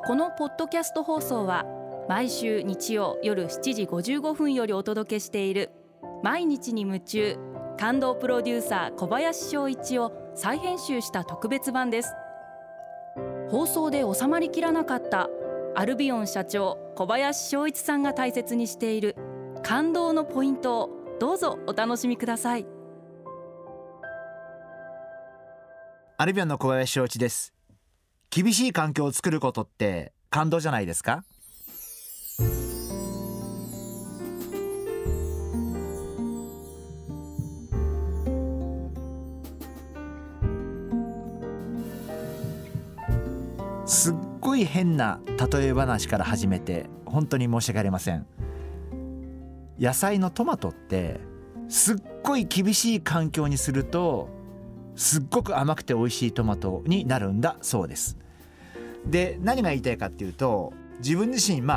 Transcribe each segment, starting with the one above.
このポッドキャスト放送は毎週日曜夜7時55分よりお届けしている毎日に夢中感動プロデューサー小林翔一を再編集した特別版です。放送で収まりきらなかったアルビオン社長小林翔一さんが大切にしている感動のポイントをどうぞお楽しみください。 アルビオンの小林翔一です。厳しい環境を作ることって感動じゃないですか？すっごい変な例え話から始めて本当に申し訳ありません。野菜のトマトってすっごい厳しい環境にするとすっごく甘くて美味しいトマトになるんだそうです。で、何が言いたいかっていうと、自分自身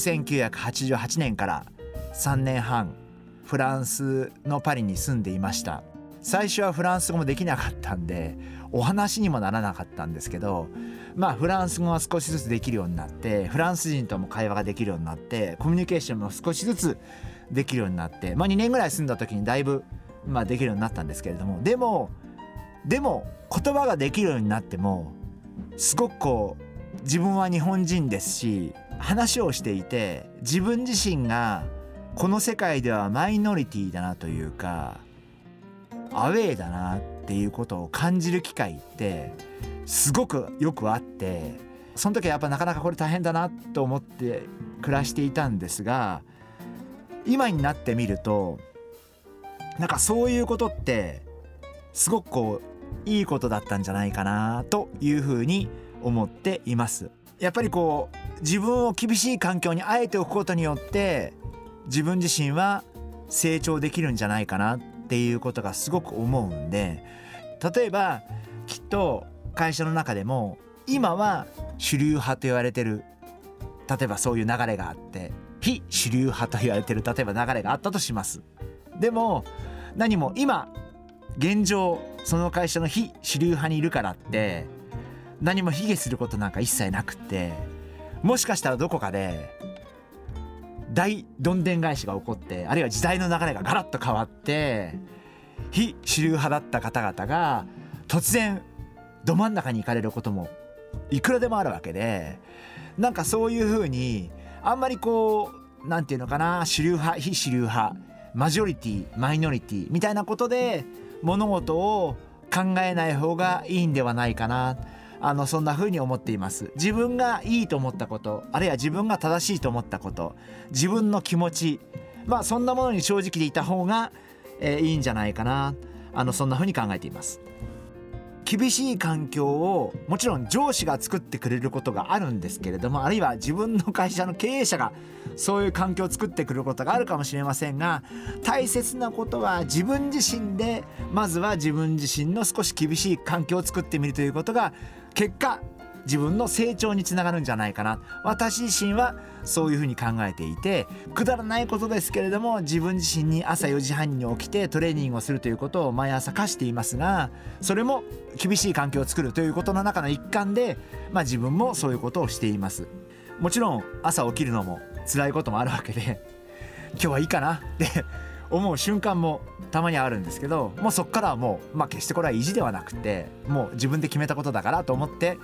1988年から3年半フランスのパリに住んでいました。最初はフランス語もできなかったんでお話にもならなかったんですけど、フランス語が少しずつできるようになって、フランス人とも会話ができるようになって、コミュニケーションも少しずつできるようになって、2年ぐらい住んだ時にだいぶできるようになったんですけれども、でも言葉ができるようになってもすごく自分は日本人ですし、話をしていて自分自身がこの世界ではマイノリティだなというかアウェーだなっていうことを感じる機会ってすごくよくあって、その時はやっぱなかなかこれ大変だなと思って暮らしていたんですが、今になってみるとそういうことってすごくいいことだったんじゃないかなというふうに思っています。やっぱり自分を厳しい環境にあえておくことによって自分自身は成長できるんじゃないかなっていうことがすごく思うんで、例えばきっと会社の中でも今は主流派と言われてる、例えばそういう流れがあって非主流派と言われてる例えば流れがあったとします。でも何も今現状その会社の非主流派にいるからって何も卑下することなんか一切なくって、もしかしたらどこかで大どんでん返しが起こって、あるいは時代の流れがガラッと変わって非主流派だった方々が突然ど真ん中に行かれることもいくらでもあるわけで、そういうふうにあんまりなんていうのかな、主流派非主流派マジョリティマイノリティみたいなことで物事を考えない方がいいんではないかな、そんな風に思っています。自分がいいと思ったこと、あるいは自分が正しいと思ったこと、自分の気持ち、そんなものに正直でいた方が、いいんじゃないかな、そんな風に考えています。厳しい環境をもちろん上司が作ってくれることがあるんですけれども、あるいは自分の会社の経営者がそういう環境を作ってくることがあるかもしれませんが、大切なことは自分自身でまずは自分自身の少し厳しい環境を作ってみるということが結果自分の成長につながるんじゃないかな、私自身はそういうふうに考えていて、くだらないことですけれども自分自身に朝4時半に起きてトレーニングをするということを毎朝課していますが、それも厳しい環境を作るということの中の一環で、自分もそういうことをしています。もちろん朝起きるのも辛いこともあるわけで、今日はいいかなって思う瞬間もたまにあるんですけど、もうそっからはもう、決してこれは意地ではなくて、もう自分で決めたことだからと思って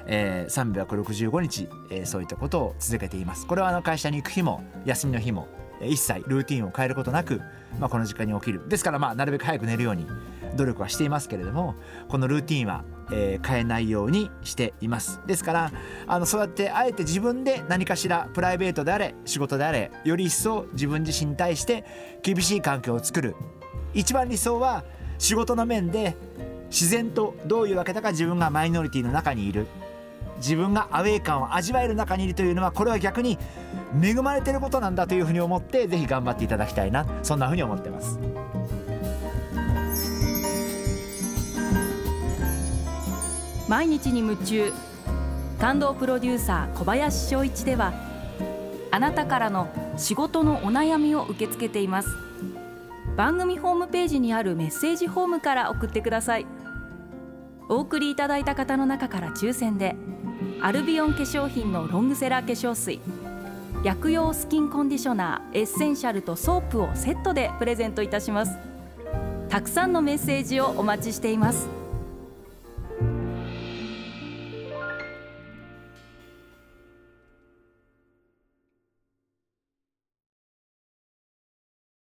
365日、そういったことを続けています。これは会社に行く日も休みの日も一切ルーティンを変えることなく、この時間に起きる。ですからなるべく早く寝るように努力はしていますけれども、このルーティンは、変えないようにしています。ですからそうやってあえて自分で何かしらプライベートであれ仕事であれより一層自分自身に対して厳しい環境を作る。一番理想は仕事の面で自然とどういうわけだか自分がマイノリティの中にいる、自分がアウェー感を味わえる中にいるというのは、これは逆に恵まれていることなんだというふうに思って、ぜひ頑張っていただきたいな、そんなふうに思っています。 毎日に夢中感動プロデューサー小林翔一では、あなたからの仕事のお悩みを受け付けています。番組ホームページにあるメッセージフォームから送ってください。お送りいただいた方の中から抽選でアルビオン化粧品のロングセラー化粧水、薬用スキンコンディショナーエッセンシャルとソープをセットでプレゼントいたします。たくさんのメッセージをお待ちしています。